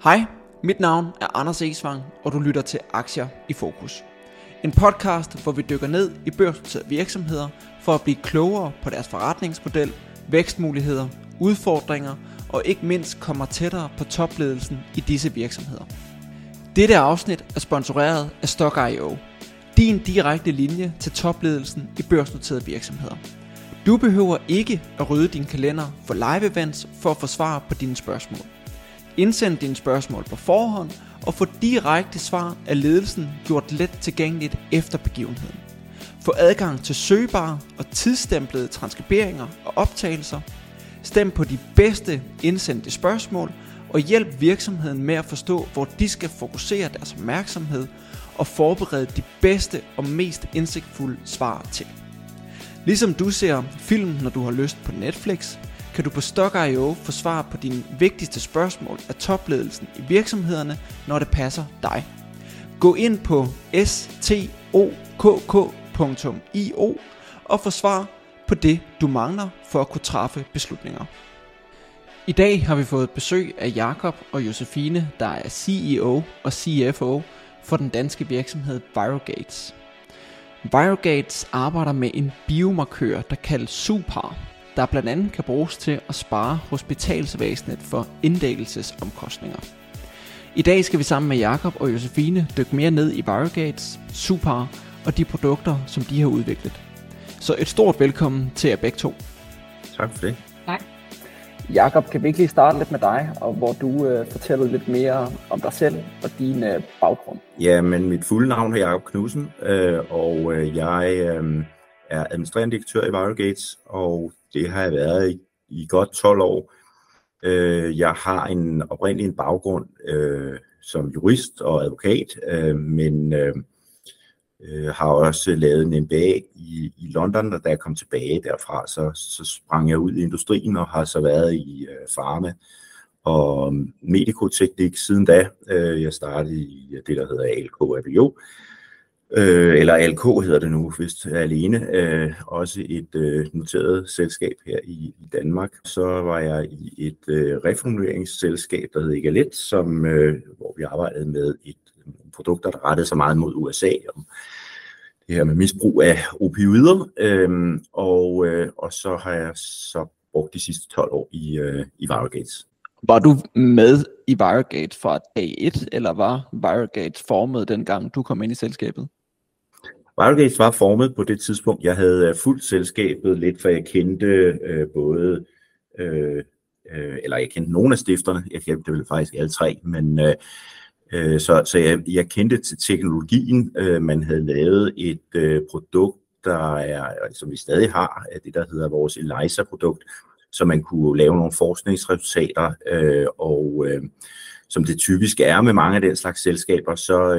Hej, mit navn er Anders Esvang, og du lytter til Aktier i Fokus. En podcast, hvor vi dykker ned i børsnoterede virksomheder for at blive klogere på deres forretningsmodel, vækstmuligheder, udfordringer og ikke mindst kommer tættere på topledelsen i disse virksomheder. Dette afsnit er sponsoreret af Stock.io, din direkte linje til topledelsen i børsnoterede virksomheder. Du behøver ikke at rydde din kalender for live events for at få svar på dine spørgsmål. Indsend dine spørgsmål på forhånd og få direkte svar af ledelsen gjort let tilgængeligt efter begivenheden. Få adgang til søgbare og tidsstemplede transkriberinger og optagelser. Stem på de bedste indsendte spørgsmål og hjælp virksomheden med at forstå, hvor de skal fokusere deres opmærksomhed og forberede de bedste og mest indsigtfulde svar til. Ligesom du ser film, når du har lyst på Netflix, kan du på Stock.io få svar på dine vigtigste spørgsmål af topledelsen i virksomhederne, når det passer dig. Gå ind på stok.io og få svar på det, du mangler for at kunne træffe beslutninger. I dag har vi fået besøg af Jakob og Josefine, der er CEO og CFO for den danske virksomhed ViroGates. ViroGates arbejder med en biomarkør, der kaldes SUPAR, der blandt andet kan bruges til at spare hospitalsvæsenet for indlæggelsesomkostninger. I dag skal vi sammen med Jakob og Josefine dykke mere ned i ViroGates, SUPAR og de produkter, som de har udviklet. Så et stort velkommen til jer begge to. Tak for det. Tak. Jakob, kan vi ikke lige starte lidt med dig, og hvor du fortæller lidt mere om dig selv og din baggrund? Ja, men mit fulde navn er Jakob Knudsen, og jeg er administrerende direktør i ViroGates, og det har jeg været i godt 12 år. Jeg har oprindelig en baggrund som jurist og advokat, men har også lavet en MBA i London, og da jeg kom tilbage derfra, så sprang jeg ud i industrien og har så været i pharma og medikoteknik siden da. Jeg startede i det, der hedder ALK Avio, eller ALK hedder det nu, hvis det er alene. Også et noteret selskab her i Danmark. Så var jeg i et reformuleringsselskab, der hed Egalet, hvor vi arbejdede med et produkter, der rettede sig meget mod USA, om det her med misbrug af opioider, og så har jeg så brugt de sidste 12 år i ViroGates. Var du med i ViroGates fra dag 1, eller var ViroGates formet dengang du kom ind i selskabet? ViroGates var formet på det tidspunkt. Jeg havde fulgt selskabet lidt, for jeg kendte eller jeg kendte nogle af stifterne. Jeg kendte vel faktisk alle tre, men så jeg kendte til teknologien. Man havde lavet et produkt, som vi stadig har, det der hedder vores ELISA-produkt, så man kunne lave nogle forskningsresultater, og som det typisk er med mange af den slags selskaber,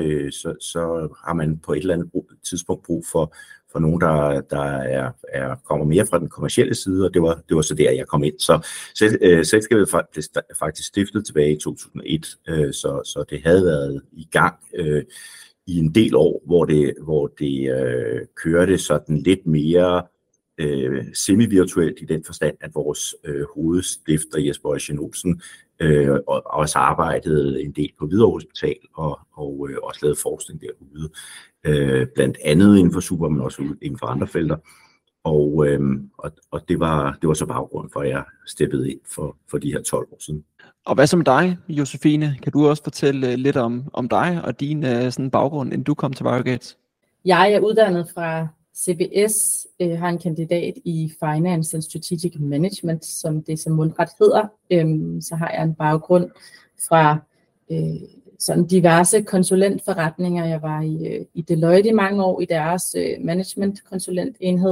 så har man på et eller andet tidspunkt brug for nogen, der kommer mere fra den kommercielle side, og det var så der, jeg kom ind. Så selskabet faktisk stiftet tilbage i 2001, så det havde været i gang i en del år, hvor det kørte sådan lidt mere semi-virtuelt i den forstand, at vores hovedstifter Jesper Øjsjen Olsen også arbejdede en del på Hvidovre Hospital og også lavede forskning derude, blandt andet inden for super, men også inden for andre felter. Og det var så baggrunden for, at jeg steppede ind for de her 12 år siden. Og hvad som dig, Josefine? Kan du også fortælle lidt om dig og din sådan baggrund, inden du kom til ViroGates? Jeg er uddannet fra CBS, har en kandidat i Finance and Strategic Management, som det som mundret hedder. Så har jeg en baggrund fra sådan diverse konsulentforretninger. Jeg var i Deloitte i mange år i deres management-konsulentenhed.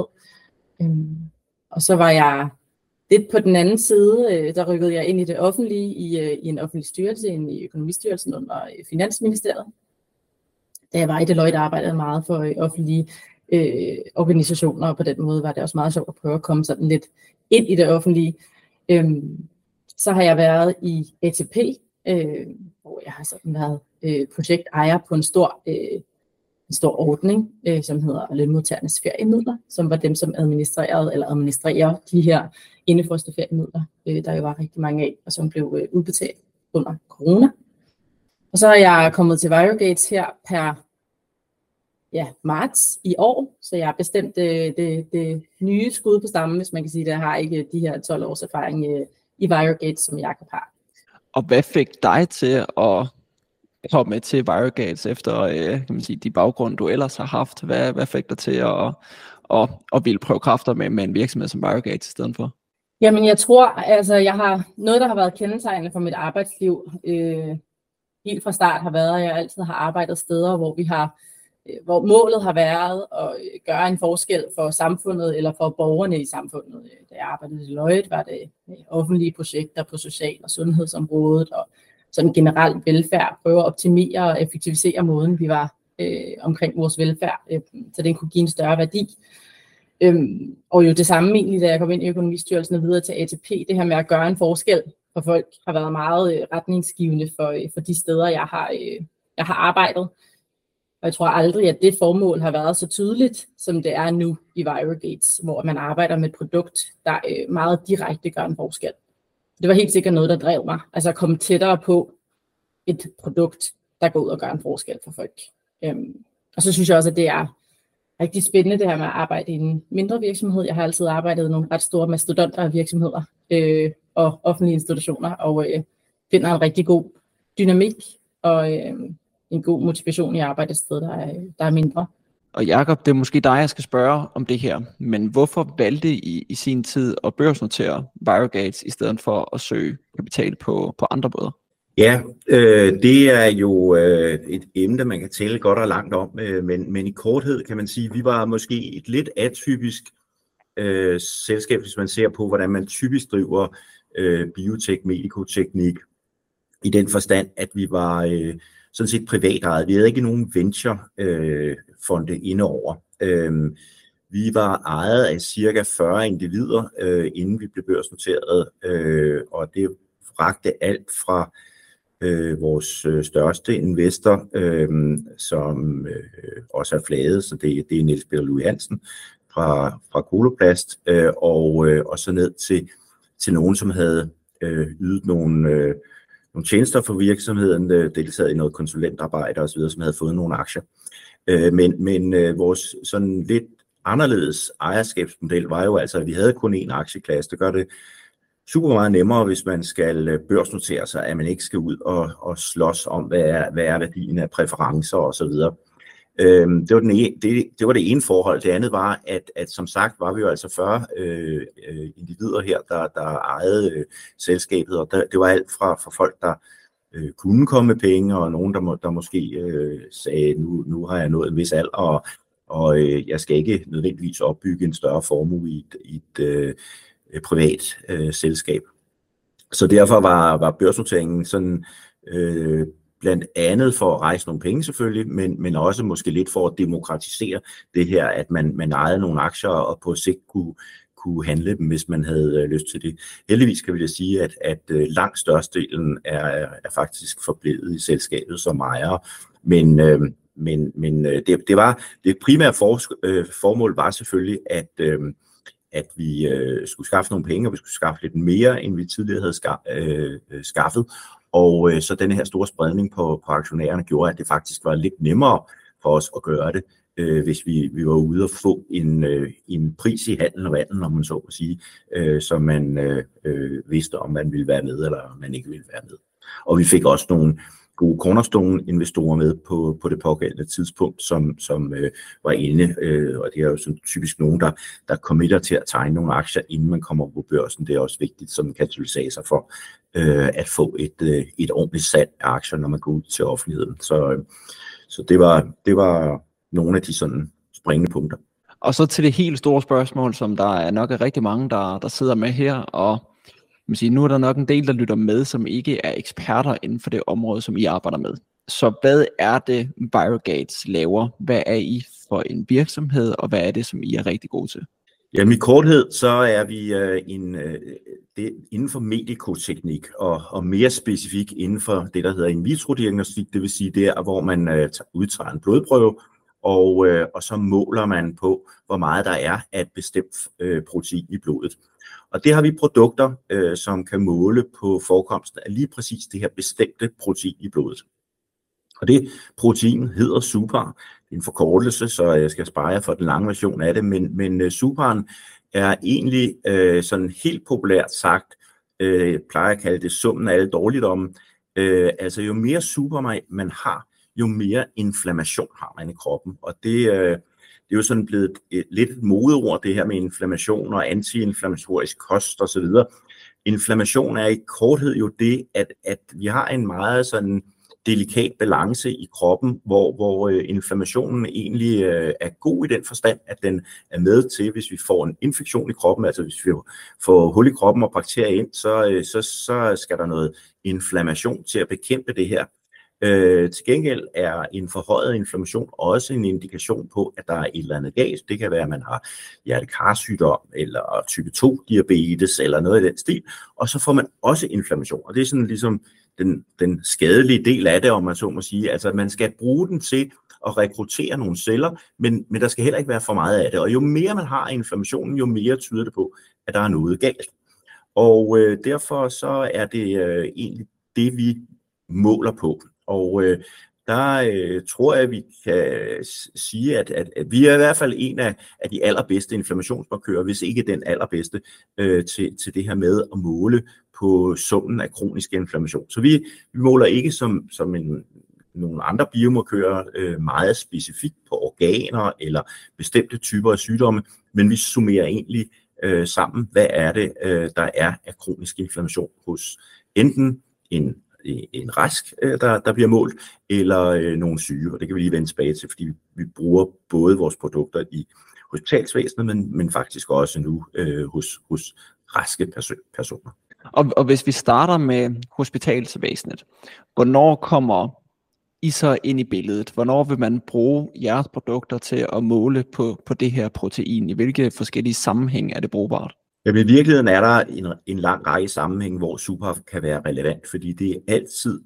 Og så var jeg lidt på den anden side, der rykkede jeg ind i det offentlige, i en offentlig styrelse, i økonomistyrelsen under Finansministeriet. Da jeg var i Deloitte, arbejdede jeg meget for offentlige organisationer, og på den måde var det også meget sjovt at prøve at komme sådan lidt ind i det offentlige. Så har jeg været i ATP, hvor jeg har sådan været projektejer på en stor ordning, som hedder lønmodtagernes feriemidler, som var dem, som administrerer de her indefrosne feriemidler, der jo var rigtig mange af, og som blev udbetalt under corona. Og så er jeg kommet til ViroGates her per marts i år, så jeg har bestemt det nye skud på stammen, hvis man kan sige det. Jeg har ikke de her 12 års erfaring i ViroGates, som Jakob har. Og hvad fik dig til at komme til ViroGates efter kan man sige, de baggrunde, du ellers har haft? Hvad fik dig til at ville prøve kræfter med en virksomhed som ViroGates i stedet for? Jamen jeg tror, altså jeg har noget, der har været kendetegnende for mit arbejdsliv helt fra start har været, at jeg altid har arbejdet steder, hvor målet har været at gøre en forskel for samfundet eller for borgerne i samfundet. Da jeg arbejdede i Deloitte, var det offentlige projekter på social- og sundhedsområdet og sådan generelt velfærd, prøve at optimere og effektivisere måden, vi var omkring vores velfærd, så den kunne give en større værdi. Og jo det samme egentlig, da jeg kom ind i økonomistyrelsen og videre til ATP, det her med at gøre en forskel for folk, har været meget retningsgivende for de steder, jeg har arbejdet. Og jeg tror aldrig, at det formål har været så tydeligt, som det er nu i ViroGates, hvor man arbejder med et produkt, der meget direkte gør en forskel. Det var helt sikkert noget, der drev mig. Altså at komme tættere på et produkt, der går ud og gør en forskel for folk. Og så synes jeg også, at det er rigtig spændende, det her med at arbejde i en mindre virksomhed. Jeg har altid arbejdet i nogle ret store mastodonter af virksomheder og offentlige institutioner, og finder en rigtig god dynamik og en god motivation i at arbejde et sted, der er mindre. Og Jakob, det er måske dig, jeg skal spørge om det her, men hvorfor valgte I i sin tid at børsnotere ViroGates i stedet for at søge kapital på andre måder? Ja, det er jo et emne, man kan tale godt og langt om, men i korthed kan man sige, at vi var måske et lidt atypisk selskab, hvis man ser på, hvordan man typisk driver biotek, medikoteknik, i den forstand, at vi var sådan set privatejet. Vi havde ikke nogen venture-fonde indeover. Vi var ejet af cirka 40 individer, inden vi blev børsnoteret, og det rakte alt fra vores største investor, som også er flaget, så det er Niels Peter Louis Hansen fra Coloplast, og så ned til nogen, som havde ydet nogle tjenester for virksomheden, deltaget i noget konsulentarbejde osv., som havde fået nogle aktier. Men vores sådan lidt anderledes ejerskabsmodel var jo altså, at vi havde kun én aktieklasse. Det gør det super meget nemmere, hvis man skal børsnotere sig, at man ikke skal ud og slås om, hvad er værdien af præferencer osv. Det var det ene forhold. Det andet var, at som sagt var vi jo altså 40 individer her, der ejede selskabet, og det var alt fra folk, der kunne komme med penge, og nogen, der måske sagde, nu har jeg nået en vis alder, og jeg skal ikke nødvendigvis opbygge en større formue i et privat selskab. Så derfor var børsnoteringen sådan blandt andet for at rejse nogle penge selvfølgelig, men også måske lidt for at demokratisere det her, at man ejede nogle aktier og på sigt kunne handle dem, hvis man havde lyst til det. Heldigvis kan vi da sige, at langt størstedelen er faktisk forblevet i selskabet som ejere, men det primære formål var selvfølgelig, at vi skulle skaffe nogle penge, og vi skulle skaffe lidt mere, end vi tidligere havde skaffet. Og så denne her store spredning på aktionærerne gjorde, at det faktisk var lidt nemmere for os at gøre det, hvis vi var ude og få en pris i handlen og vanden, om man så at sige, så man vidste, om man ville være med, eller om man ikke ville være med. Og vi fik også nogle gode cornerstone-investorer med på det pågældende tidspunkt, som var inde, og det er jo sådan typisk nogen, der committer til at tegne nogle aktier, inden man kommer på børsen. Det er også vigtigt som katalysator for at få et ordentligt salg af aktier, når man går ud til offentligheden. Så det var nogle af de sådan springende punkter. Og så til det helt store spørgsmål, som der er nok rigtig mange, der sidder med her, og man siger, nu er der nok en del, der lytter med, som ikke er eksperter inden for det område, som I arbejder med. Så hvad er det, ViroGates laver? Hvad er I for en virksomhed, og hvad er det, som I er rigtig gode til? Jamen i korthed, så er vi inden for medikoteknik, og mere specifikt inden for det, der hedder in vitro-diagnostik, det vil sige der, hvor man udtager en blodprøve, og så måler man på, hvor meget der er af et bestemt protein i blodet. Og det har vi produkter, som kan måle på forekomsten af lige præcis det her bestemte protein i blodet. Og det protein hedder suPAR. Det er en forkortelse, så jeg skal spare jer for den lange version af det, men suPARen er egentlig sådan helt populært sagt, plejer at kalde det summen af alle dårligdomme. Altså jo mere suPAR man har, jo mere inflammation har man i kroppen. Og det er jo sådan blevet lidt et modeord, det her med inflammation og antiinflammatorisk kost osv. Inflammation er i korthed jo det, at vi har en meget sådan delikat balance i kroppen, hvor inflammationen egentlig er god i den forstand, at den er med til, hvis vi får en infektion i kroppen, altså hvis vi får hul i kroppen og bakterier ind, så skal der noget inflammation til at bekæmpe det her. Til gengæld er en forhøjet inflammation også en indikation på, at der er et eller andet galt. Det kan være, at man har hjertekarsygdom eller type 2 diabetes eller noget i den stil, og så får man også inflammation. Og det er sådan ligesom den skadelige del af det, om man så må sige. Altså, man skal bruge den til at rekruttere nogle celler, men der skal heller ikke være for meget af det. Og jo mere man har inflammationen, jo mere tyder det på, at der er noget galt. Og derfor så er det egentlig det, vi måler på. Og der tror jeg, vi kan sige, at vi er i hvert fald en af de allerbedste inflammationsmarkører, hvis ikke den allerbedste, til det her med at måle på summen af kronisk inflammation. Så vi måler ikke som nogle andre biomarkører meget specifikt på organer eller bestemte typer af sygdomme, men vi summerer egentlig sammen, hvad er det, der er af kronisk inflammation hos enten en rask, der bliver målt, eller nogle syge, og det kan vi lige vende tilbage til, fordi vi bruger både vores produkter i hospitalsvæsenet, men faktisk også nu hos raske personer. Og hvis vi starter med hospitalsvæsenet, hvornår kommer I så ind i billedet? Hvornår vil man bruge jeres produkter til at måle på det her protein? I hvilke forskellige sammenhænge er det brugbart? Jamen, i virkeligheden er der en lang række sammenhænge, hvor suPAR kan være relevant, fordi det er altid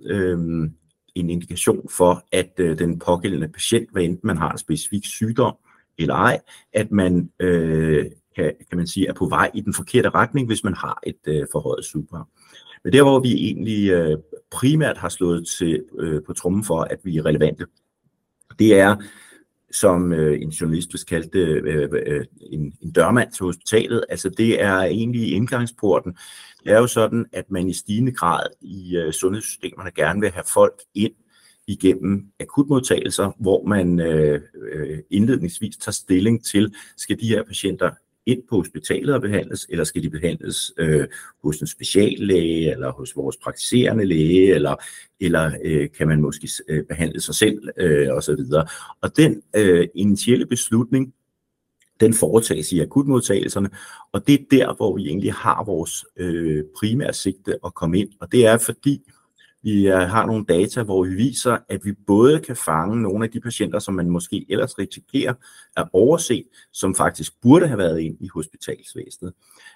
en indikation for, at den pågældende patient, hvad enten man har en specifik sygdom eller ej, at man kan man sige, er på vej i den forkerte retning, hvis man har et forhøjet suPAR. Men der, hvor vi egentlig primært har slået til på trommen for, at vi er relevante, det er, som en journalist vil kalde det, en dørmand til hospitalet. Altså det er egentlig indgangsporten. Det er jo sådan, at man i stigende grad i sundhedssystemerne gerne vil have folk ind igennem akutmodtagelser, hvor man indledningsvis tager stilling til, skal de her patienter ind på hospitalet og behandles, eller skal de behandles hos en speciallæge, eller hos vores praktiserende læge, eller kan man måske behandle sig selv, osv. Og den initielle beslutning, den foretages i akutmodtagelserne, og det er der, hvor vi egentlig har vores primære sigte at komme ind, og det er fordi, vi har nogle data, hvor vi viser, at vi både kan fange nogle af de patienter, som man måske ellers risikerer at overse, som faktisk burde have været ind i hospitalsvæsenet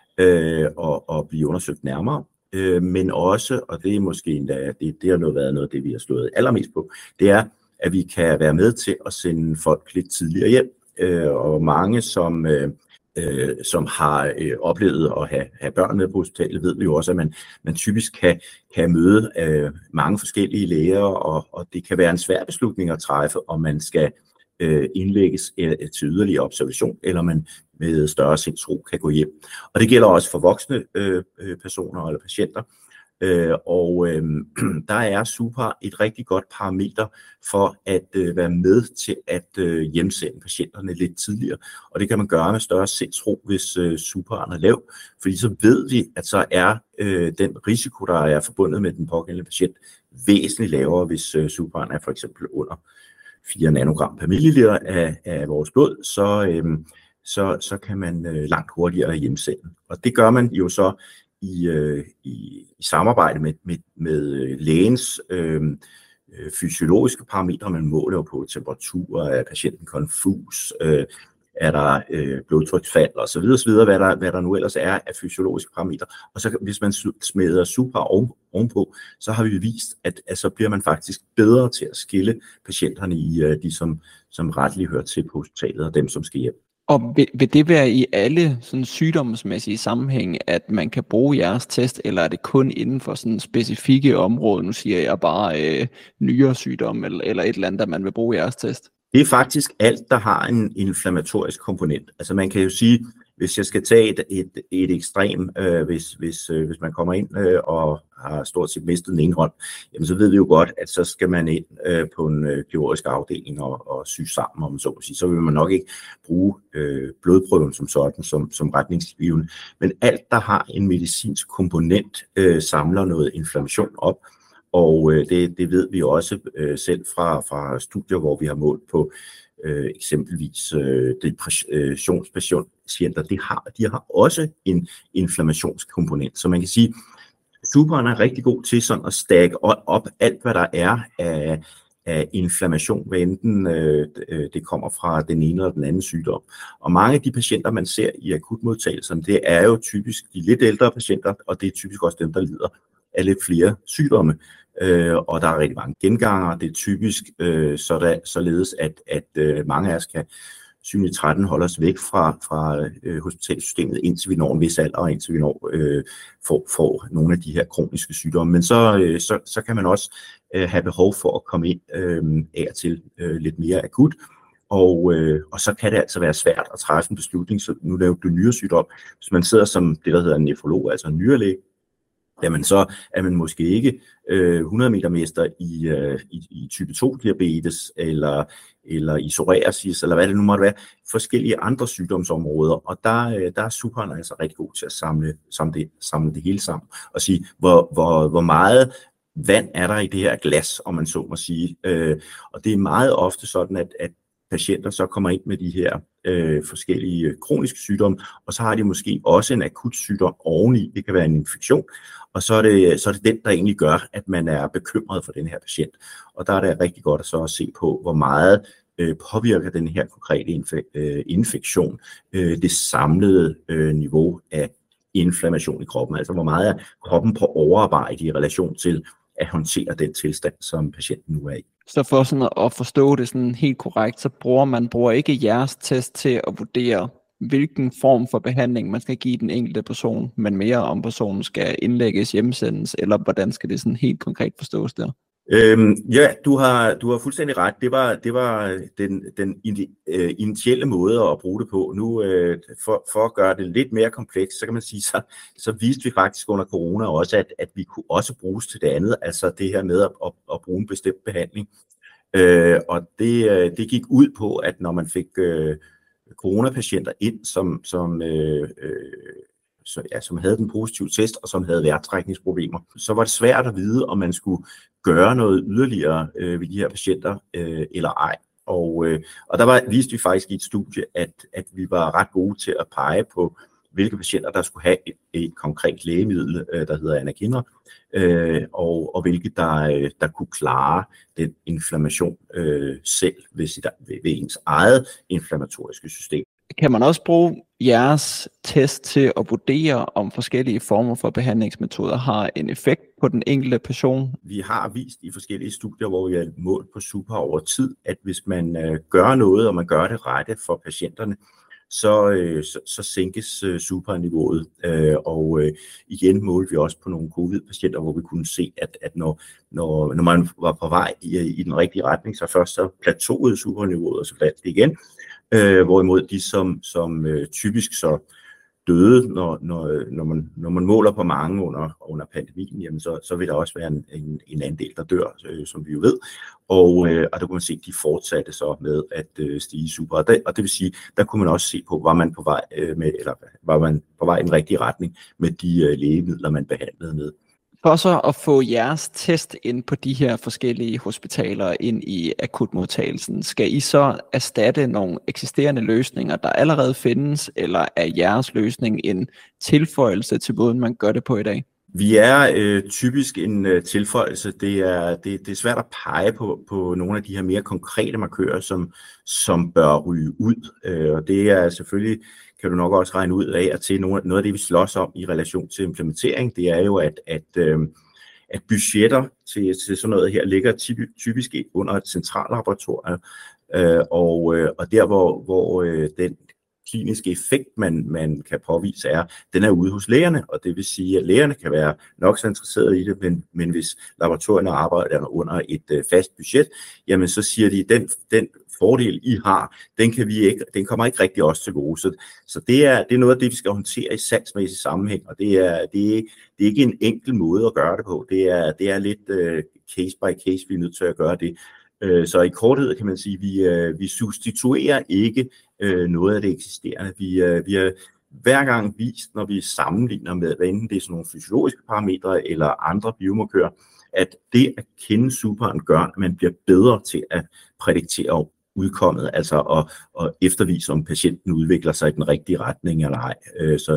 og blive undersøgt nærmere, men også, og det er måske endda, det har været noget af det, vi har slået allermest på, det er, at vi kan være med til at sende folk lidt tidligere hjem, og mange, som har oplevet at have børn med på hospitalet, ved vi jo også, at man typisk kan møde mange forskellige læger, og det kan være en svær beslutning at træffe, om man skal indlægges til yderligere observation, eller man med større sindsro kan gå hjem. Og det gælder også for voksne personer eller patienter. Der er suPAR et rigtig godt parameter for at være med til at hjemsende patienterne lidt tidligere. Og det kan man gøre med større sindsro, hvis suPARen er lav, fordi så ved vi, at så er den risiko, der er forbundet med den pågældende patient, væsentligt lavere, hvis suPARen er for eksempel under 4 nanogram per milliliter af vores blod, så kan man langt hurtigere hjemsende. Og det gør man jo så i samarbejde med lægens fysiologiske parametre. Man måler jo på temperatur, er patienten konfus, er der blodtryksfald osv., hvad der nu ellers er af fysiologiske parametre. Og så hvis man smider suPAR ovenpå, så har vi vist, at så bliver man faktisk bedre til at skille patienterne i de, som retligt hører til på hospitalet, og dem, som skal hjem. Og vil det være i alle sådan sygdomsmæssige sammenhænge, at man kan bruge jeres test, eller er det kun inden for sådan specifikke områder? Nu siger jeg bare nyresygdom eller et eller andet, der man vil bruge jeres test. Det er faktisk alt, der har en inflammatorisk komponent. Altså man kan jo sige, hvis jeg skal tage et ekstrem, hvis man kommer ind og har stort set mistet den ene hånd, jamen så ved vi jo godt, at så skal man ind på en kirurgisk afdeling og sy sammen, om man så at sige. Så vil man nok ikke bruge blodprøven som sådan, som retningsgivende. Men alt, der har en medicinsk komponent, samler noget inflammation op. Og det ved vi også selv fra studier, hvor vi har målt på eksempelvis depressionspatienter. De har også en inflammationskomponent. Så man kan sige, at superen er rigtig god til sådan at stakke op alt, hvad der er af inflammation, hvad enten det kommer fra den ene eller den anden sygdom. Og mange af de patienter, man ser i akutmodtagelserne, det er jo typisk de lidt ældre patienter, og det er typisk også dem, der lider af lidt flere sygdomme. Og der er rigtig mange genganger. Det er typisk således, at mange af os kan 7-13 holde os væk fra hospitalsystemet, indtil vi når en vis alder, og indtil vi når får nogle af de her kroniske sygdomme. Men så kan man også have behov for at komme ind af og til lidt mere akut. Og så kan det altså være svært at træffe en beslutning. Så nu laver du nyresygdom. Hvis man sidder som det, der hedder en nefrolog, altså en nyrelæge, jamen så er man måske ikke 100 meter mester i type 2 diabetes eller i psoriasis, eller hvad det nu måtte være, forskellige andre sygdomsområder. Og der er superen altså rigtig god til at samle det hele sammen og sige, hvor meget vand er der i det her glas, om man så må sige. Og det er meget ofte sådan, at patienter så kommer ind med de her forskellige kroniske sygdomme, og så har de måske også en akut sygdom oveni. Det kan være en infektion, og så er det den, der egentlig gør, at man er bekymret for den her patient. Og der er det rigtig godt at se på, hvor meget påvirker den her konkrete infektion det samlede niveau af inflammation i kroppen. Altså hvor meget er kroppen på overarbejde i relation til at håndtere den tilstand, som patienten nu er i. Så for sådan at forstå det sådan helt korrekt, så bruger ikke jeres test til at vurdere, hvilken form for behandling man skal give den enkelte person, men mere om personen skal indlægges, hjemsendes, eller hvordan skal det sådan helt konkret forstås der? Ja, du har fuldstændig ret. Det var den initielle måde at bruge det på. Nu for at gøre det lidt mere komplekst, så kan man sige, så viste vi faktisk under corona også, at vi kunne også bruges til det andet, altså det her med at bruge en bestemt behandling. Og det gik ud på, at når man fik coronapatienter ind, som havde den positive test, og som havde vejrtrækningsproblemer, så var det svært at vide, om man skulle gøre noget yderligere ved de her patienter eller ej. Og der viste vi faktisk i et studie, at vi var ret gode til at pege på, hvilke patienter, der skulle have et konkret lægemiddel, der hedder anakinra, og hvilke, der kunne klare den inflammation selv ved ens eget inflammatoriske system. Kan man også bruge jeres test til at vurdere, om forskellige former for behandlingsmetoder har en effekt på den enkelte person? Vi har vist i forskellige studier, hvor vi har målt på super over tid, at hvis man gør noget, og man gør det rette for patienterne, så sænkes superniveauet. Og igen målte vi også på nogle covid-patienter, hvor vi kunne se, at når man var på vej i den rigtige retning, så først så plateauede superniveauet, og så faldt det igen. Hvorimod de, som typisk så døde, når man måler på mange under pandemien, jamen så vil der også være en andel, der dør, som vi jo ved. Og der kunne man se, at de fortsatte så med at stige super. Og det vil sige, der kunne man også se på, var man på vej i den rigtige retning med de lægemidler, man behandlede med. For så at få jeres test ind på de her forskellige hospitaler ind i akutmodtagelsen, skal I så erstatte nogle eksisterende løsninger, der allerede findes, eller er jeres løsning en tilføjelse til måden, man gør det på i dag? Vi er typisk en tilføjelse. Det er svært at pege på nogle af de her mere konkrete markører, som bør ryge ud. Og det er selvfølgelig, kan du nok også regne ud af, at til noget af det, vi slås om i relation til implementering, det er jo, at budgetter til sådan noget her ligger typisk under et centrallaboratorium, og der hvor kliniske effekt, man kan påvise den er ude hos lægerne, og det vil sige, at lægerne kan være nok så interesserede i det, men hvis laboratorierne arbejder under et fast budget, jamen så siger de, den fordel, I har, den kommer ikke rigtig os til gode. Så det er noget af det, vi skal håndtere i salgsmæssig sammenhæng, og det er ikke en enkel måde at gøre det på. Det er lidt case by case, vi er nødt til at gøre det. Så i korthed kan man sige, vi substituerer ikke noget af det eksisterende. Vi har hver gang vist, når vi sammenligner med, hvad enten det er sådan nogle fysiologiske parametre eller andre biomarkører, at det at kende superen gør, at man bliver bedre til at prædiktere udkommet, altså at eftervise, om patienten udvikler sig i den rigtige retning eller ej.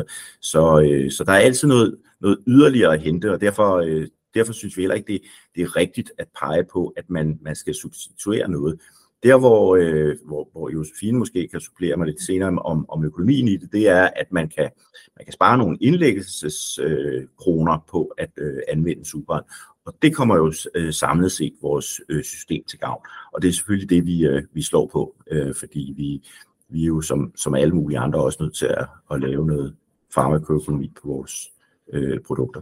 Så der er altid noget yderligere at hente, og derfor synes vi heller ikke, det er rigtigt at pege på, at man skal substituere noget. Der, hvor Josefine måske kan supplere mig lidt senere om økonomien i det, det er, at man kan spare nogle indlæggelseskroner på at anvende superen. Og det kommer jo samlet set vores system til gavn. Og det er selvfølgelig det, vi slår på, fordi vi er jo som alle mulige andre også nødt til at lave noget farmakoøkonomi på vores produkter.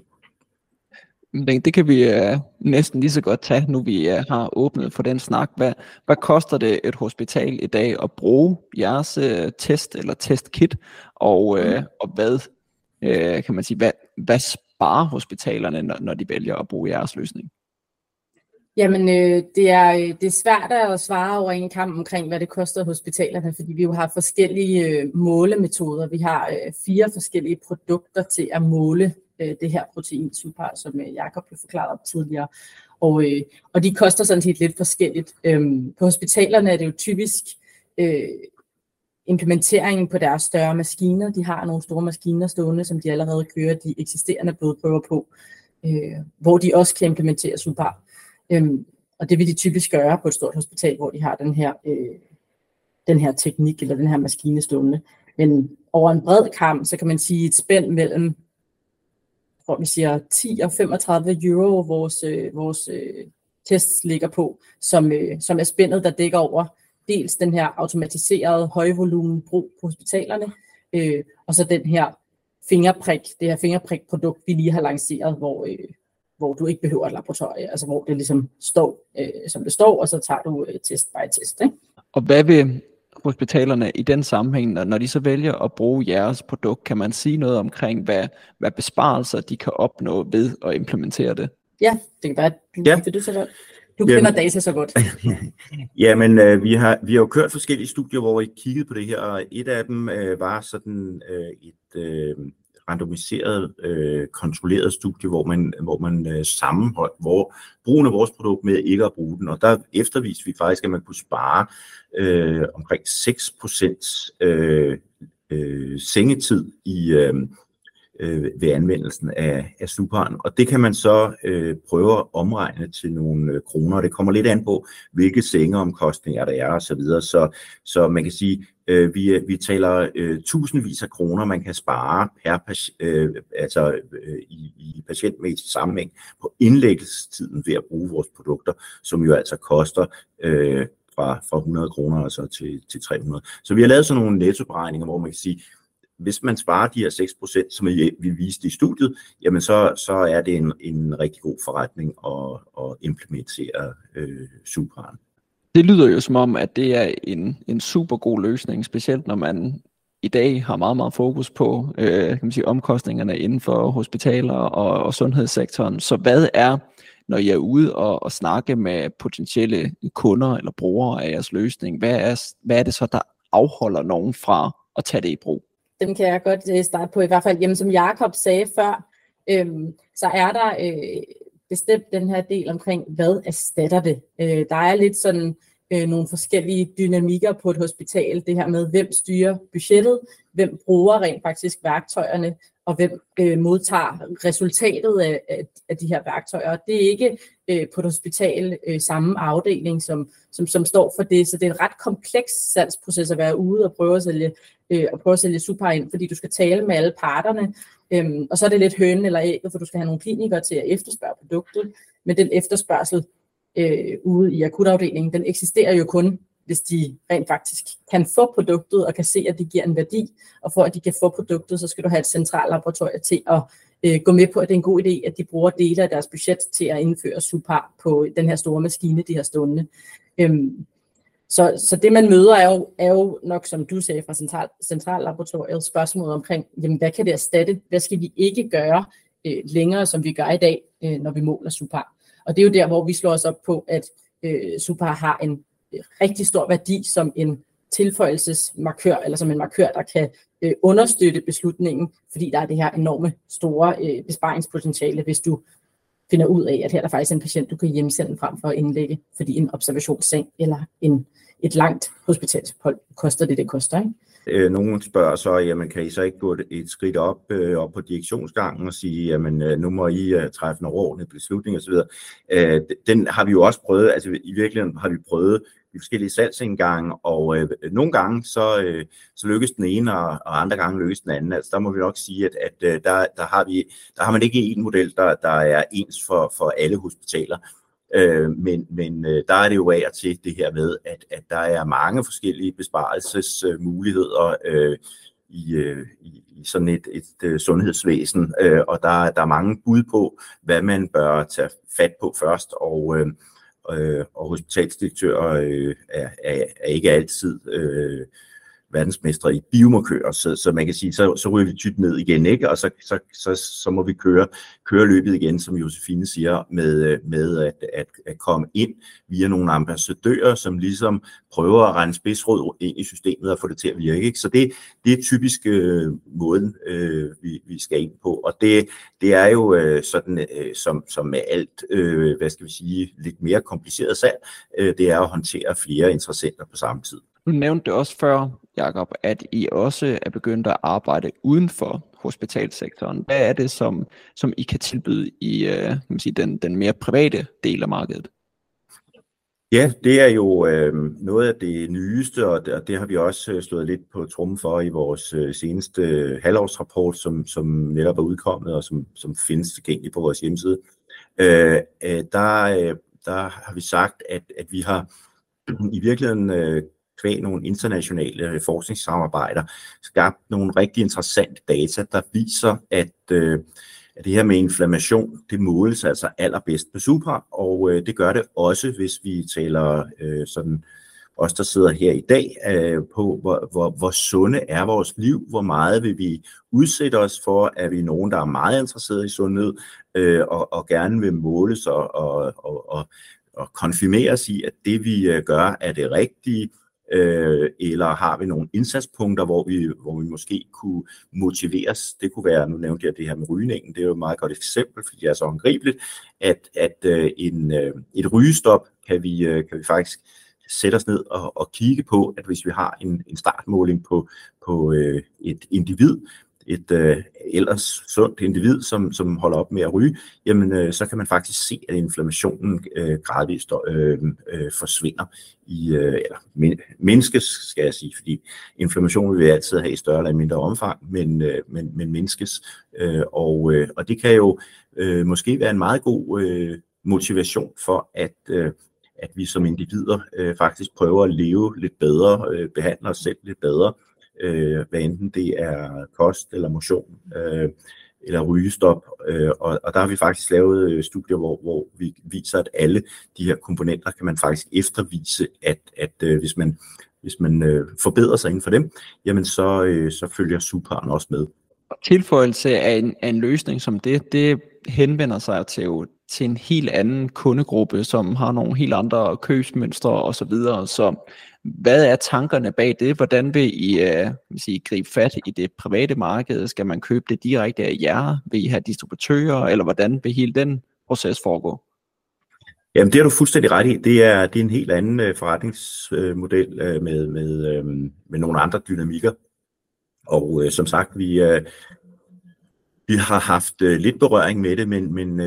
Det kan vi næsten lige så godt tage, nu vi har åbnet for den snak. Hvad koster det et hospital i dag at bruge jeres test eller testkit, og hvad kan man sige, hvad sparer hospitalerne, når de vælger at bruge jeres løsning? Jamen, det er svært at svare over en kamp omkring, hvad det koster hospitalerne, fordi vi jo har forskellige målemetoder. Vi har 4 forskellige produkter til at måle det her protein super, som Jakob jo forklarede op tidligere. Og de koster sådan set lidt forskelligt. På hospitalerne er det jo typisk implementeringen på deres større maskiner. De har nogle store maskiner stående, som de allerede kører de eksisterende blodprøver på, hvor de også kan implementere super. Og det vil de typisk gøre på et stort hospital, hvor de har den her teknik eller den her maskine stående. Men over en bred kam, så kan man sige et spænd mellem, hvor vi siger 10 og 35 euro, vores tests ligger på, som er spændet, der dækker over dels den her automatiserede højvolumen brug på hospitalerne, og så den her det her fingerprikprodukt, vi lige har lanceret, hvor du ikke behøver et laboratorie, altså hvor det ligesom står, som det står, og så tager du test by test. Ikke? Og hvad vil hospitalerne i den sammenhæng, når de så vælger at bruge jeres produkt, kan man sige noget omkring, hvad besparelser de kan opnå ved at implementere det? Ja, det kan være, du kender data så godt. Jamen, vi har jo kørt forskellige studier, hvor vi kiggede på det her, og et af dem var sådan et randomiseret, kontrolleret studie, hvor man sammenholdt brugen af vores produkt med ikke at bruge den, og der efterviste vi faktisk, at man kunne spare omkring 6% sengetid ved anvendelsen af superen, og det kan man så prøve at omregne til nogle kroner. Det kommer lidt an på, hvilke sengeomkostninger der er og så videre, så man kan sige, vi taler tusindvis af kroner, man kan spare per i patientmæssig sammenhæng på indlæggelsestiden ved at bruge vores produkter, som jo altså koster fra 100 kroner altså til 300. Så vi har lavet sådan nogle nettoberegninger, hvor man kan sige, hvis man sparer de her 6%, som vi viste i studiet, jamen så er det en rigtig god forretning at implementere superen. Det lyder jo som om, at det er en super god løsning, specielt når man i dag har meget, meget fokus på kan man sige, omkostningerne inden for hospitaler og sundhedssektoren. Så hvad er, når I er ude og snakke med potentielle kunder eller brugere af jeres løsning, hvad er det så, der afholder nogen fra at tage det i brug? Dem kan jeg godt starte på i hvert fald. Jamen, som Jakob sagde før, så er der bestemt den her del omkring, hvad erstatter det. Der er lidt sådan nogle forskellige dynamikker på et hospital. Det her med, hvem styrer budgettet, hvem bruger rent faktisk værktøjerne, og hvem modtager resultatet af de her værktøjer. Det er ikke på et hospital samme afdeling, som står for det, så det er en ret kompleks salgsproces at være ude og prøve at sælge super ind, fordi du skal tale med alle parterne, og så er det lidt hønen eller ægget, for du skal have nogle klinikere til at efterspørge produktet, men den efterspørgsel ude i akutafdelingen, den eksisterer jo kun hvis de rent faktisk kan få produktet og kan se, at det giver en værdi. Og for at de kan få produktet, så skal du have et centrallaboratorium til at gå med på, at det er en god idé, at de bruger dele af deres budget til at indføre Supar på den her store maskine, de har stående. Så det, man møder, er jo nok, som du sagde fra centrallaboratoriet, spørgsmålet omkring, jamen, hvad kan det erstatte? Hvad skal vi ikke gøre længere, som vi gør i dag, når vi måler Supar? Og det er jo der, hvor vi slår os op på, at Supar har en rigtig stor værdi som en tilføjelsesmarkør, eller som en markør, der kan understøtte beslutningen, fordi der er det her enorme store besparingspotentiale, hvis du finder ud af, at her er der faktisk en patient, du kan hjemsende frem for at indlægge, fordi en observationsseng eller et langt hospitalsophold koster det koster, ikke? Nogen spørger så, jamen kan I så ikke gå et skridt op på direktionsgangen og sige, jamen nu må I træffe nogle ordentlige beslutninger osv. Den har vi jo også prøvet, altså i virkeligheden har vi prøvet de forskellige salgsindgange, og nogle gange så lykkes den ene, og andre gange lykkes den anden. Altså der må vi nok sige, at der har man ikke en model, der er ens for alle hospitaler. Men der er det jo af og til det her med, at der er mange forskellige besparelsesmuligheder i sådan et sundhedsvæsen, og der er mange bud på, hvad man bør tage fat på først, og hospitalsdirektører er ikke altid verdensmestre i biomarkører, så man kan sige, så ryger vi tyt ned igen, ikke? Og så må vi køre løbet igen, som Josefine siger, med at komme ind via nogle ambassadører, som ligesom prøver at rende spidsrod ind i systemet og få det til at virke, ikke? Så det er typisk måden, vi skal ind på, og det er jo sådan, som med alt, hvad skal vi sige, lidt mere kompliceret salg, det er at håndtere flere interessenter på samme tid. Du nævnte det også før, Jakob, at I også er begyndt at arbejde uden for hospitalssektoren. Hvad er det, som I kan tilbyde i kan man sige, den mere private del af markedet? Ja, det er jo noget af det nyeste, og det har vi også slået lidt på trommen for i vores seneste halvårsrapport, som netop er udkommet, og som findes tilgængeligt på vores hjemmeside. Der har vi sagt, at vi har i virkeligheden kvæg nogle internationale forskningssamarbejder skabt nogle rigtig interessante data, der viser, at det her med inflammation, det måles altså allerbedst med Supar, og det gør det også, hvis vi taler sådan os, der sidder her i dag, på hvor sunde er vores liv, hvor meget vil vi udsætte os for, at vi er nogen, der er meget interesseret i sundhed, og gerne vil måles og konfirmeres i, at det vi gør er det rigtige, eller har vi nogle indsatspunkter, hvor vi måske kunne motiveres. Det kunne være, nu nævnte jeg det her med rygningen, det er jo et meget godt eksempel, fordi det er så håndgribeligt, at et rygestop kan vi faktisk sætte os ned og kigge på, at hvis vi har en startmåling på et individ, et ellers sundt individ, som holder op med at ryge, jamen så kan man faktisk se, at inflammationen gradvist forsvinder eller mindskes, skal jeg sige, fordi inflammation vil vi altid have i større eller mindre omfang, men mindskes, og det kan jo måske være en meget god motivation for, at vi som individer faktisk prøver at leve lidt bedre, behandle os selv lidt bedre, hvad enten det er kost eller motion eller rygestop, og der har vi faktisk lavet studier, hvor vi viser, at alle de her komponenter kan man faktisk eftervise, at hvis man forbedrer sig inden for dem, jamen så følger Suparen også med. Tilføjelse af en løsning som det henvender sig til en helt anden kundegruppe, som har nogle helt andre købsmønstre osv. Så hvad er tankerne bag det? Hvordan vil I gribe fat i det private marked? Skal man købe det direkte af jer? Vil I have distributører? Eller hvordan vil hele den proces foregå? Jamen det er du fuldstændig ret i. Det er en helt anden forretningsmodel med nogle andre dynamikker. Og som sagt, vi har haft lidt berøring med det, men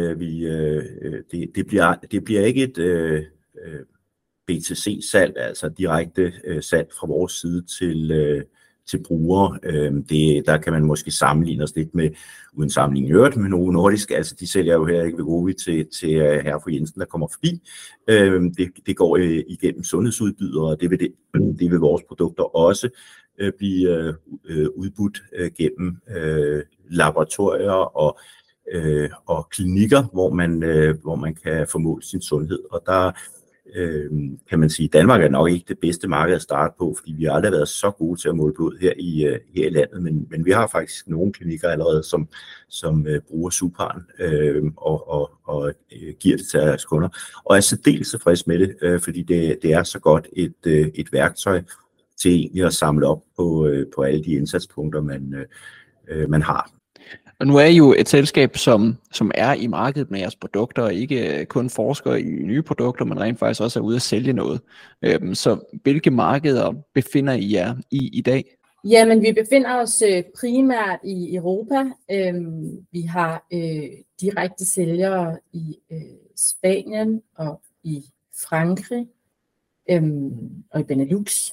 det bliver ikke et BTC-salg, altså direkte salg fra vores side til brugere. Der kan man måske sammenligne os lidt med, uden sammenligning i øvrigt, med Novo Nordisk. Altså, de sælger jo her ikke Wegovy til herre og fru Jensen, der kommer forbi. Det går igennem sundhedsudbydere, og det vil vores produkter også blive udbudt gennem laboratorier og klinikker, hvor man kan få målt sin sundhed. Og der kan man sige, at Danmark er nok ikke det bedste marked at starte på, fordi vi har aldrig været så gode til at måle blod her i landet, men vi har faktisk nogle klinikker allerede, som bruger Suparen og giver det til deres kunder, og er særdeles tilfreds med det, fordi det er så godt et værktøj til egentlig at samle op på alle de indsatspunkter, man har. Og nu er I jo et selskab, som er i markedet med jeres produkter, og ikke kun forsker i nye produkter, men rent faktisk også er ude at sælge noget. Så hvilke markeder befinder I jer i dag? Jamen, vi befinder os primært i Europa. Vi har direkte sælgere i Spanien og i Frankrig og i Benelux.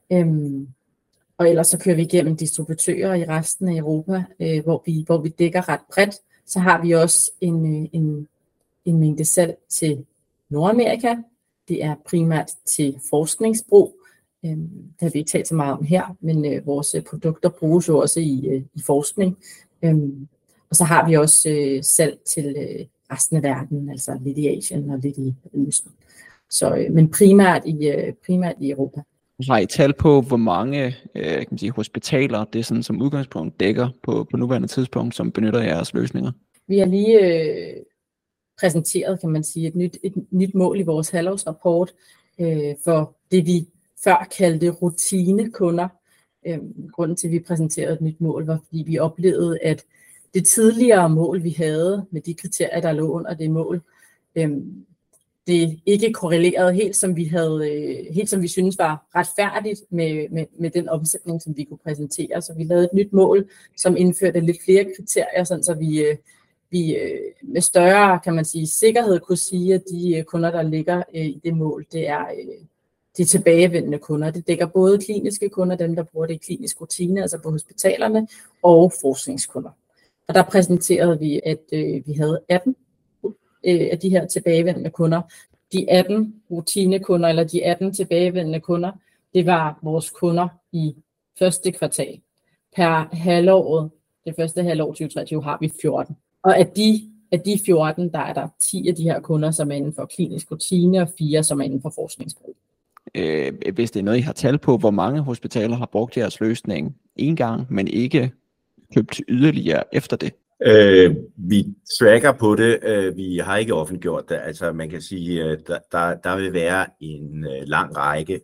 Og ellers så kører vi igennem distributører i resten af Europa, hvor vi dækker ret bredt. Så har vi også en mængde salg til Nordamerika. Det er primært til forskningsbrug. Det har vi ikke talt så meget om her, men vores produkter bruges jo også i forskning. Og så har vi også salg til resten af verden, altså lidt i Asien og lidt i Østen. Så, men primært i Europa. Har I tal på, hvor mange kan man sige, hospitaler det er sådan, som udgangspunkt dækker på nuværende tidspunkt, som benytter jeres løsninger? Vi har lige præsenteret, kan man sige, et nyt mål i vores halvårsrapport for det, vi før kaldte rutinekunder. Grunden til, at vi præsenterede et nyt mål, var, fordi vi oplevede, at det tidligere mål, vi havde med de kriterier, der lå under det mål, det ikke korrelerede helt som vi synes var retfærdigt med den omsætning, som vi kunne præsentere. Så vi lavede et nyt mål, som indførte lidt flere kriterier, sådan så vi med større, kan man sige, sikkerhed kunne sige, at de kunder, der ligger i det mål, det er de tilbagevendende kunder. Det dækker både kliniske kunder, dem der bruger det i klinisk rutine, altså på hospitalerne, og forskningskunder. Og der præsenterede vi, at vi havde 18 af de her tilbagevendende kunder. De 18 rutinekunder, eller de 18 tilbagevendende kunder, det var vores kunder i første kvartal. Per halvåret, det første halvår 2023, har vi 14. Og af de 14, der er der 10 af de her kunder, som er inden for klinisk rutine, og 4, som er inden for forskningsbrug. Hvis det er noget, I har tal på, hvor mange hospitaler har brugt jeres løsning en gang, men ikke købt yderligere efter det? Vi tracker på det. Vi har ikke offentliggjort det. Altså man kan sige, der vil være en lang række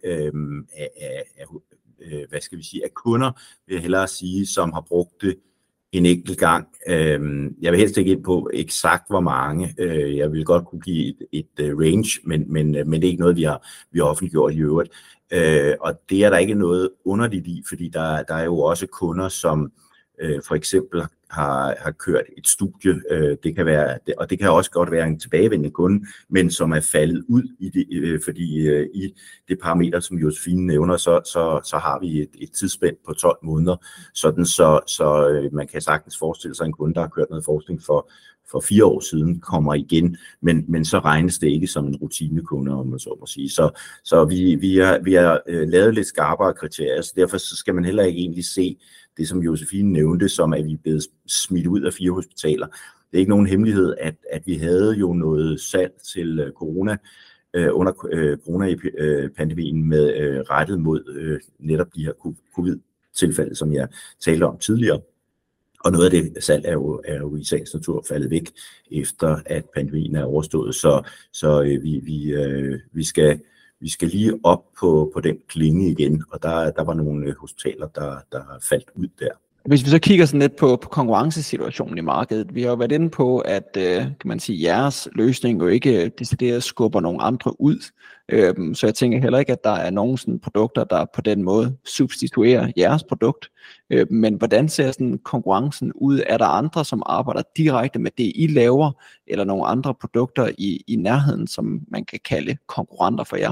af kunder, vil jeg hellere sige, som har brugt det en enkelt gang. Jeg vil helst ikke ind på eksakt hvor mange. Jeg vil godt kunne give et range, men det er ikke noget, vi har offentliggjort i øvrigt. Og det er der ikke noget underligt i, fordi der er jo også kunder, som for eksempel har kørt et studie, det kan være, og det kan også godt være en tilbagevendende kunde, men som er faldet ud i det, fordi i det parameter, som Josefine nævner, så har vi et tidsspænd på 12 måneder, sådan så man kan sagtens forestille sig en kunde, der har kørt noget forskning for 4 år siden, kommer igen, men så regnes det ikke som en rutinekunde, om man så må sige. Så vi har lavet lidt skarpere kriterier, så derfor så skal man heller ikke egentlig se det, som Josefine nævnte, som at vi er blevet smidt ud af 4 hospitaler. Det er ikke nogen hemmelighed, at vi havde jo noget salg til corona under coronapandemien med rettet mod netop de her covid-tilfælde, som jeg talte om tidligere. Og noget af det salg er jo i sagens natur faldet væk, efter at pandemien er overstået. Så vi skal lige op på den klinge igen, og der var nogle hospitaler, der faldt ud der. Hvis vi så kigger sådan lidt på konkurrencesituationen i markedet, vi har jo været inde på, at kan man sige, jeres løsning jo ikke decideret skubber nogle andre ud. Så jeg tænker heller ikke, at der er nogen sådan produkter, der på den måde substituerer jeres produkt. Men hvordan ser sådan konkurrencen ud? Er der andre, som arbejder direkte med det, I laver, eller nogle andre produkter i nærheden, som man kan kalde konkurrenter for jer?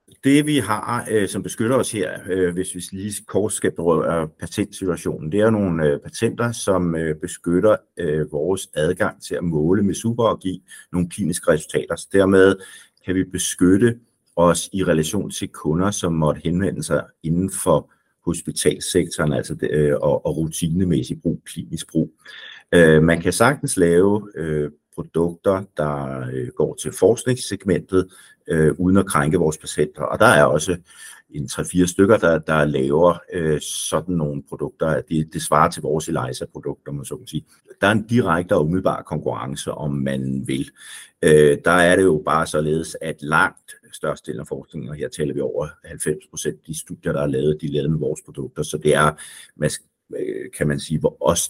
Det vi har, som beskytter os her, hvis vi lige kort skal berøre patentsituationen, det er nogle patenter, som beskytter vores adgang til at måle med super og give nogle kliniske resultater. Så dermed kan vi beskytte os i relation til kunder, som måtte henvende sig inden for hospitalsektoren, altså og rutinemæssig brug, klinisk brug. Man kan sagtens lave produkter, der går til forskningssegmentet, uden at krænke vores patienter. Og der er også en 3-4 stykker, der laver sådan nogle produkter. Det svarer til vores ELISA-produkter, man så kan sige. Der er en direkte og umiddelbar konkurrence, om man vil. Der er det jo bare således, at langt størstedelen af forskningen, og her taler vi over 90% af de studier, der er lavet, de er lavet med vores produkter. Så det er, kan man sige, hvor os,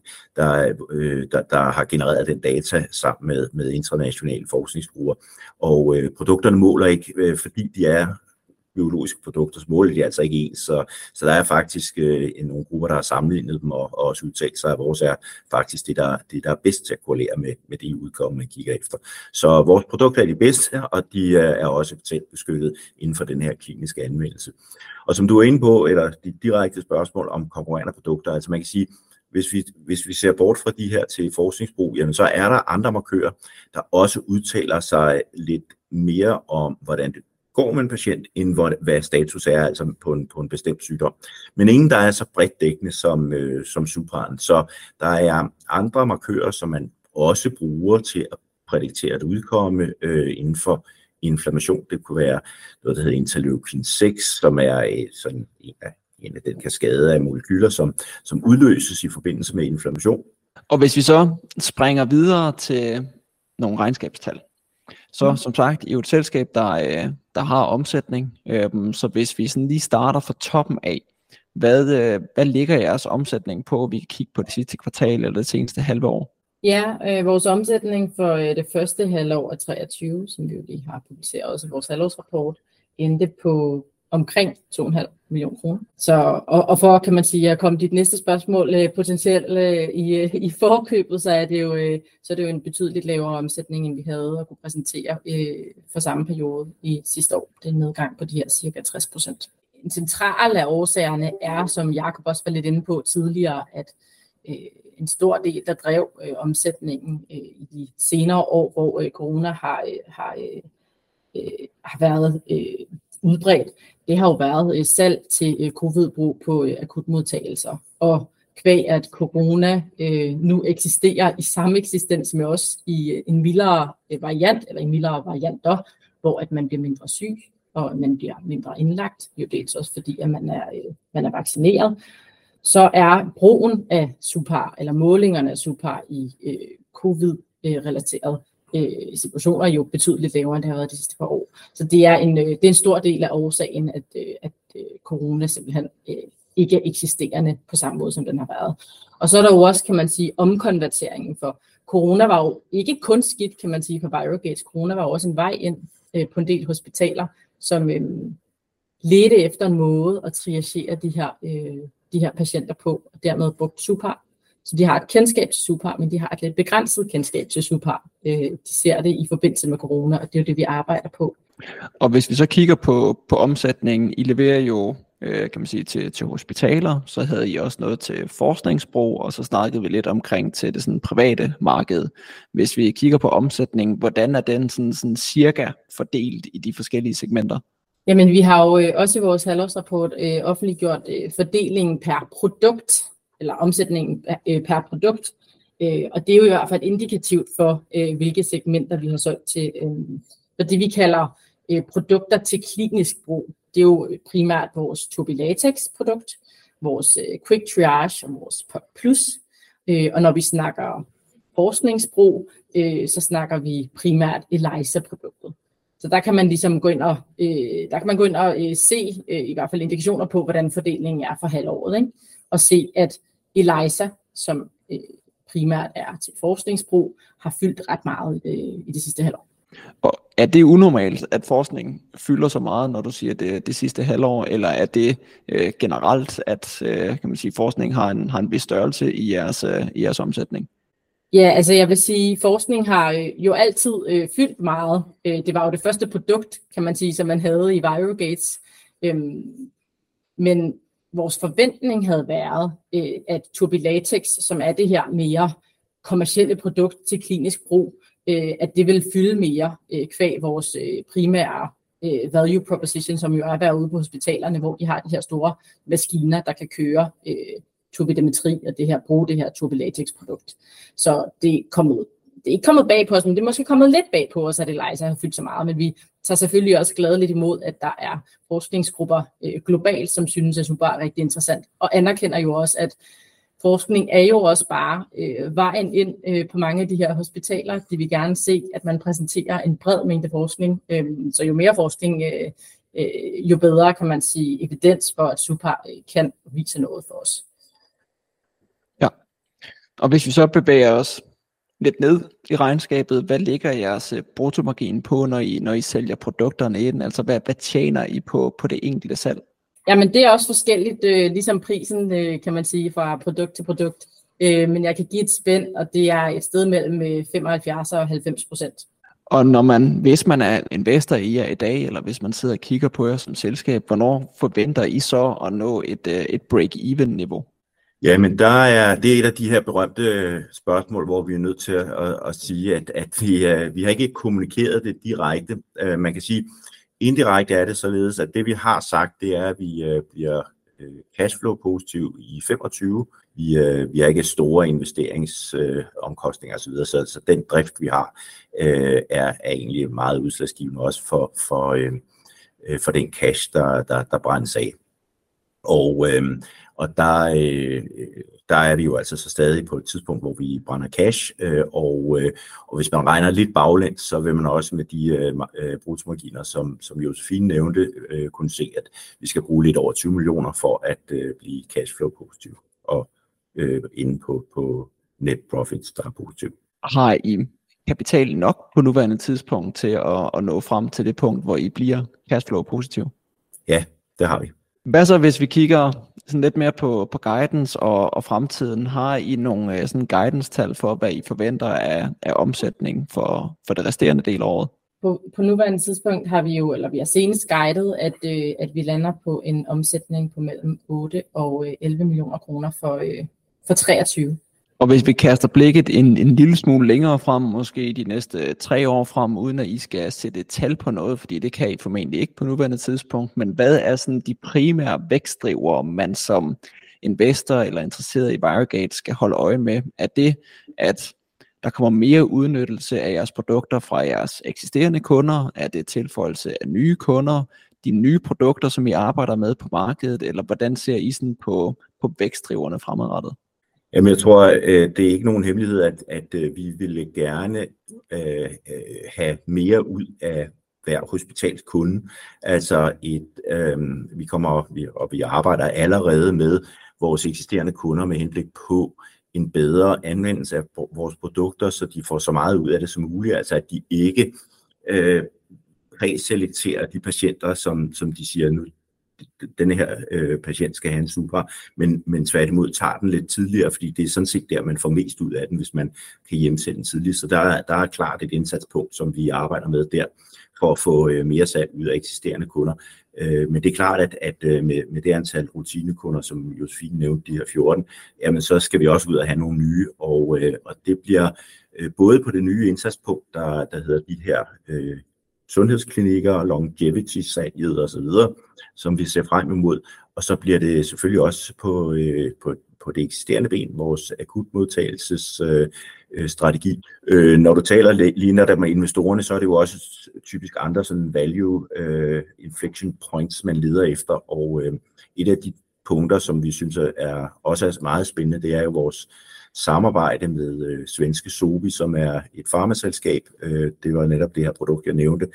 der har genereret den data sammen med internationale forskningsgrupper. Og produkterne måler ikke, fordi de er biologiske produkter, så måler de altså ikke ens. Så der er faktisk nogle grupper, der har sammenlignet dem og også udtalt sig, at vores er faktisk det, der er bedst til at korrelere med det udkomme, man kigger efter. Så vores produkter er de bedste, og de er også patentbeskyttet inden for den her kliniske anvendelse. Og som du er inde på, eller de direkte spørgsmål om konkurrerende produkter, altså man kan sige, hvis vi ser bort fra de her til forskningsbrug, jamen så er der andre markører, der også udtaler sig lidt mere om, hvordan det går med en patient, end hvad status er altså på en bestemt sygdom. Men ingen, der er så bredt dækkende som supraen. Så der er andre markører, som man også bruger til at prædiktere at udkomme inden for inflammation. Det kunne være noget, der hedder interleukin 6, som er sådan en af den kaskade af molekyler, som udløses i forbindelse med inflammation. Og hvis vi så springer videre til nogle regnskabstal, så som sagt, I er jo et selskab, der har omsætning, så hvis vi sådan lige starter fra toppen af, hvad ligger jeres omsætning på, vi kan kigge på det sidste kvartal eller det seneste halve år? Ja, vores omsætning for det første halvår af 23, som vi jo lige har publiceret også i vores halvårsrapport, endte på omkring 2,5 millioner kroner. Så, og for, kan man sige, at komme dit næste spørgsmål potentielt i forkøbet, så er det jo en betydeligt lavere omsætning, end vi havde at kunne præsentere for samme periode i sidste år. Det er en nedgang på de her cirka 60%. En central af årsagerne er, som Jakob også var lidt inde på tidligere, at en stor del, der drev omsætningen i de senere år, hvor corona har været udbredt, det har jo været salg til covid-brug på akutmodtagelser. Og kvæg at corona nu eksisterer i samme eksistens med os i en mildere variant, eller en mildere varianter, hvor at man bliver mindre syg, og man bliver mindre indlagt, jo dels også fordi, at man er vaccineret, så er brugen af SUPAR, eller målingerne af SUPAR i covid-relateret situationer jo betydeligt lavere, end det har været de sidste par år. Så det er en stor del af årsagen, at corona simpelthen ikke er eksisterende på samme måde, som den har været. Og så er der jo også, kan man sige, omkonverteringen, for corona var jo ikke kun skidt, kan man sige, for ViroGates. Corona var jo også en vej ind på en del hospitaler, som ledte efter en måde at triagere de her patienter på, og dermed brugt SUPAR. Så de har et kendskab til SUPAR, men de har et lidt begrænset kendskab til SUPAR. De ser det i forbindelse med corona, og det er jo det, vi arbejder på. Og hvis vi så kigger på omsætningen, I leverer jo, kan man sige, til hospitaler, så havde I også noget til forskningsbrug, og så snakkede vi lidt omkring til det sådan private marked. Hvis vi kigger på omsætningen, hvordan er den sådan cirka fordelt i de forskellige segmenter? Jamen, vi har jo også i vores halvårsrapport offentliggjort fordelingen per produkt, eller omsætningen per produkt, og det er jo i hvert fald indikativt for, hvilke segmenter vi har solgt til. For det vi kalder produkter til klinisk brug, det er jo primært vores Turbilatex produkt, vores Quick Triage og vores POC Plus, og når vi snakker forskningsbrug, så snakker vi primært ELISA-produktet. Så der kan man ligesom gå ind og se i hvert fald indikationer på, hvordan fordelingen er for halvåret, ikke? Og se, at ELISA, som primært er til forskningsbrug, har fyldt ret meget i det sidste halvår. Og er det unormalt, at forskningen fylder så meget, når du siger det sidste halvår, eller er det generelt, at kan man sige, forskning har en vis størrelse i jeres omsætning? Ja, altså jeg vil sige, forskning har jo altid fyldt meget. Det var jo det første produkt, kan man sige, som man havde i ViroGates. Men vores forventning havde været, at TurbiLatex, som er det her mere kommercielle produkt til klinisk brug, at det vil fylde mere kvæg vores primære value proposition, som jo er at være ude på hospitalerne, hvor de har de her store maskiner, der kan køre turbidimetri og bruge det her TurbiLatex-produkt. Så det er ikke kommet bag på os, men det er måske kommet lidt bag på os, at ELISA har fyldt så meget, men vi tager selvfølgelig også gladeligt imod, at der er forskningsgrupper globalt, som synes, at super er rigtig interessant, og anerkender jo også, at forskning er jo også bare vejen ind på mange af de her hospitaler. De vil gerne se, at man præsenterer en bred mængde forskning, så jo mere forskning, jo bedre kan man sige evidens for, at super kan vise noget for os. Ja, og hvis vi så bevæger os lidt ned i regnskabet, hvad ligger jeres bruttomargin på, når I sælger produkterne ind? Altså hvad tjener I på det enkelte salg? Jamen det er også forskelligt, ligesom prisen, kan man sige, fra produkt til produkt. Men jeg kan give et spænd, og det er et sted mellem 75 og 90%. Og hvis man er investor i jer i dag, eller hvis man sidder og kigger på jer som selskab, hvornår forventer I så at nå et break-even-niveau? Ja, men det er et af de her berømte spørgsmål, hvor vi er nødt til at sige, at vi har ikke kommunikeret det direkte. Man kan sige, indirekte er det således, at det vi har sagt, det er, at vi bliver cashflow positiv i 25. Vi har ikke store investeringsomkostninger osv., så den drift vi har er egentlig meget udslagsgivende også for den cash, der brændes af. Og der er vi jo altså så stadig på et tidspunkt, hvor vi brænder cash, og hvis man regner lidt baglæns, så vil man også med de bruttomarginer, som Josefine nævnte, kunne se, at vi skal bruge lidt over 20 millioner for at blive cashflow positiv, og inde på net profits, der er positiv. Har I kapital nok på nuværende tidspunkt til at nå frem til det punkt, hvor I bliver cashflow positiv? Ja, det har vi. Hvad så, hvis vi kigger sådan lidt mere på guidance og fremtiden? Har I nogle sådan guidance-tal for, hvad I forventer af omsætning for det resterende del af året? På nuværende tidspunkt har vi har senest guidet, at vi lander på en omsætning på mellem 8 og 11 millioner kroner for 23. Og hvis vi kaster blikket en lille smule længere frem, måske de næste 3 år frem, uden at I skal sætte et tal på noget, fordi det kan I formentlig ikke på nuværende tidspunkt, men hvad er sådan de primære vækstdrivere, man som investor eller interesseret i ViroGates skal holde øje med? Er det, at der kommer mere udnyttelse af jeres produkter fra jeres eksisterende kunder? Er det tilføjelse af nye kunder? De nye produkter, som I arbejder med på markedet? Eller hvordan ser I sådan på vækstdriverne fremadrettet? Jamen, jeg tror, det er ikke nogen hemmelighed, at vi ville gerne have mere ud af hver hospitalskunde. Altså vi arbejder allerede med vores eksisterende kunder med henblik på en bedre anvendelse af vores produkter, så de får så meget ud af det som muligt. Altså at de ikke præselekterer de patienter, som de siger nu. Denne her patient skal have en super, men tværtimod tager den lidt tidligere, fordi det er sådan set der, man får mest ud af den, hvis man kan hjemsende den tidligt. Så der er klart et indsatspunkt, som vi arbejder med der, for at få mere salg ud af eksisterende kunder. Men det er klart, at med det antal rutinekunder, som Josefine nævnte, de her 14, jamen så skal vi også ud og have nogle nye, og det bliver både på det nye indsatspunkt, der hedder de her sundhedsklinikker, longevity-salget osv., som vi ser frem imod. Og så bliver det selvfølgelig også på det eksisterende ben, vores akutmodtagelsesstrategi. Når du taler lige når der med investorerne, så er det jo også typisk andre sådan value inflection points, man leder efter. Og et af de punkter, som vi synes også er meget spændende, det er jo vores samarbejde med svenske Sobi, som er et farmaselskab. Det var netop det her produkt, jeg nævnte,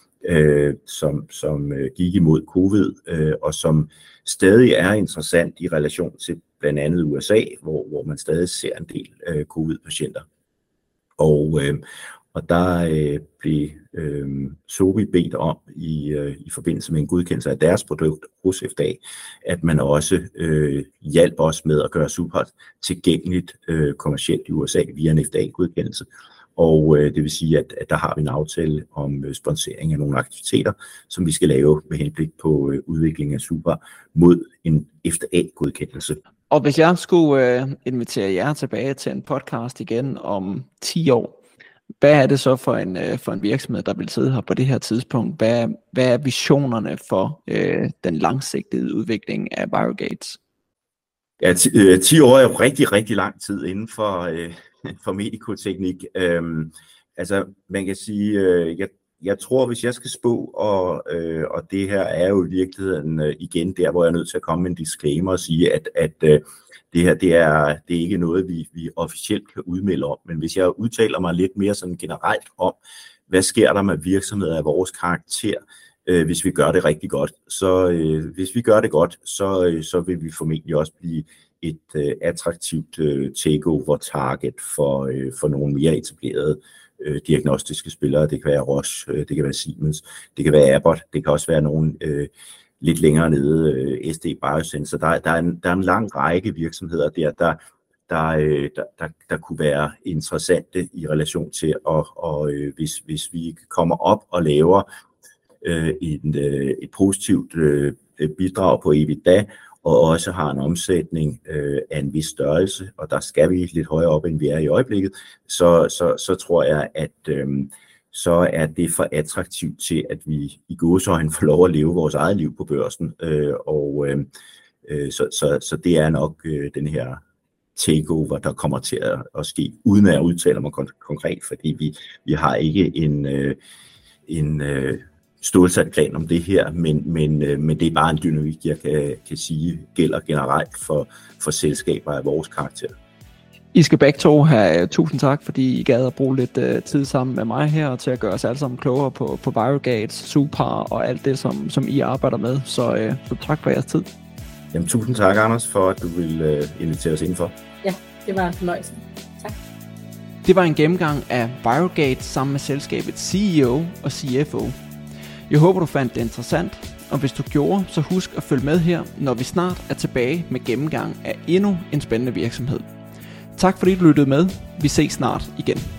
som gik imod covid, og som stadig er interessant i relation til blandt andet USA, hvor man stadig ser en del covid-patienter. Og Og der blev Sobi bedt om i forbindelse med en godkendelse af deres produkt hos FDA, at man også hjalp os med at gøre Supra tilgængeligt kommercielt i USA via en FDA-godkendelse. Og det vil sige, at der har vi en aftale om sponsering af nogle aktiviteter, som vi skal lave med henblik på udvikling af Supra mod en FDA-godkendelse. Og hvis jeg skulle invitere jer tilbage til en podcast igen om 10 år, hvad er det så for en virksomhed, der vil sidde her på det her tidspunkt? Hvad er visionerne for den langsigtede udvikling af ViroGates? Ja, 10 år er jo rigtig, rigtig lang tid inden for medikoteknik. Altså, man kan sige, jeg tror, hvis jeg skal spå, og det her er jo i virkeligheden igen der, hvor jeg er nødt til at komme med en disclaimer og sige, at det her, det er ikke noget, vi officielt kan udmelde om, men hvis jeg udtaler mig lidt mere sådan generelt om, hvad sker der med virksomheder af vores karakter, hvis vi gør det rigtig godt, hvis vi gør det godt, så vil vi formentlig også blive et attraktivt takeover target for nogle mere etablerede diagnostiske spillere. Det kan være Roche, det kan være Siemens, det kan være Abbott, det kan også være nogen lidt længere nede, SD Biosensor. Der er en lang række virksomheder der kunne være interessante i relation til, og hvis vi kommer op og laver et positivt bidrag på EBITDA, og også har en omsætning af en vis størrelse, og der skal vi lidt højere op, end vi er i øjeblikket, så tror jeg, at så er det for attraktivt til, at vi i gåseøjne får lov at leve vores eget liv på børsen. Så det er nok den her takeover, der kommer til at ske, uden at jeg udtaler mig konkret, fordi vi har ikke en stålsat plan om det her, men det er bare en dynamik, jeg kan sige, gælder generelt for selskaber af vores karakter. I skal begge to have tusind tak, fordi I gad at bruge lidt tid sammen med mig her, til at gøre os alle sammen klogere på ViroGates, Supra og alt det, som I arbejder med. Så tak for jeres tid. Jamen, tusind tak, Anders, for at du ville invitere os indenfor. Ja, det var en fornøjelse. Tak. Det var en gennemgang af ViroGates sammen med selskabets CEO og CFO. Jeg håber, du fandt det interessant, og hvis du gjorde, så husk at følge med her, når vi snart er tilbage med gennemgang af endnu en spændende virksomhed. Tak fordi du lyttede med. Vi ses snart igen.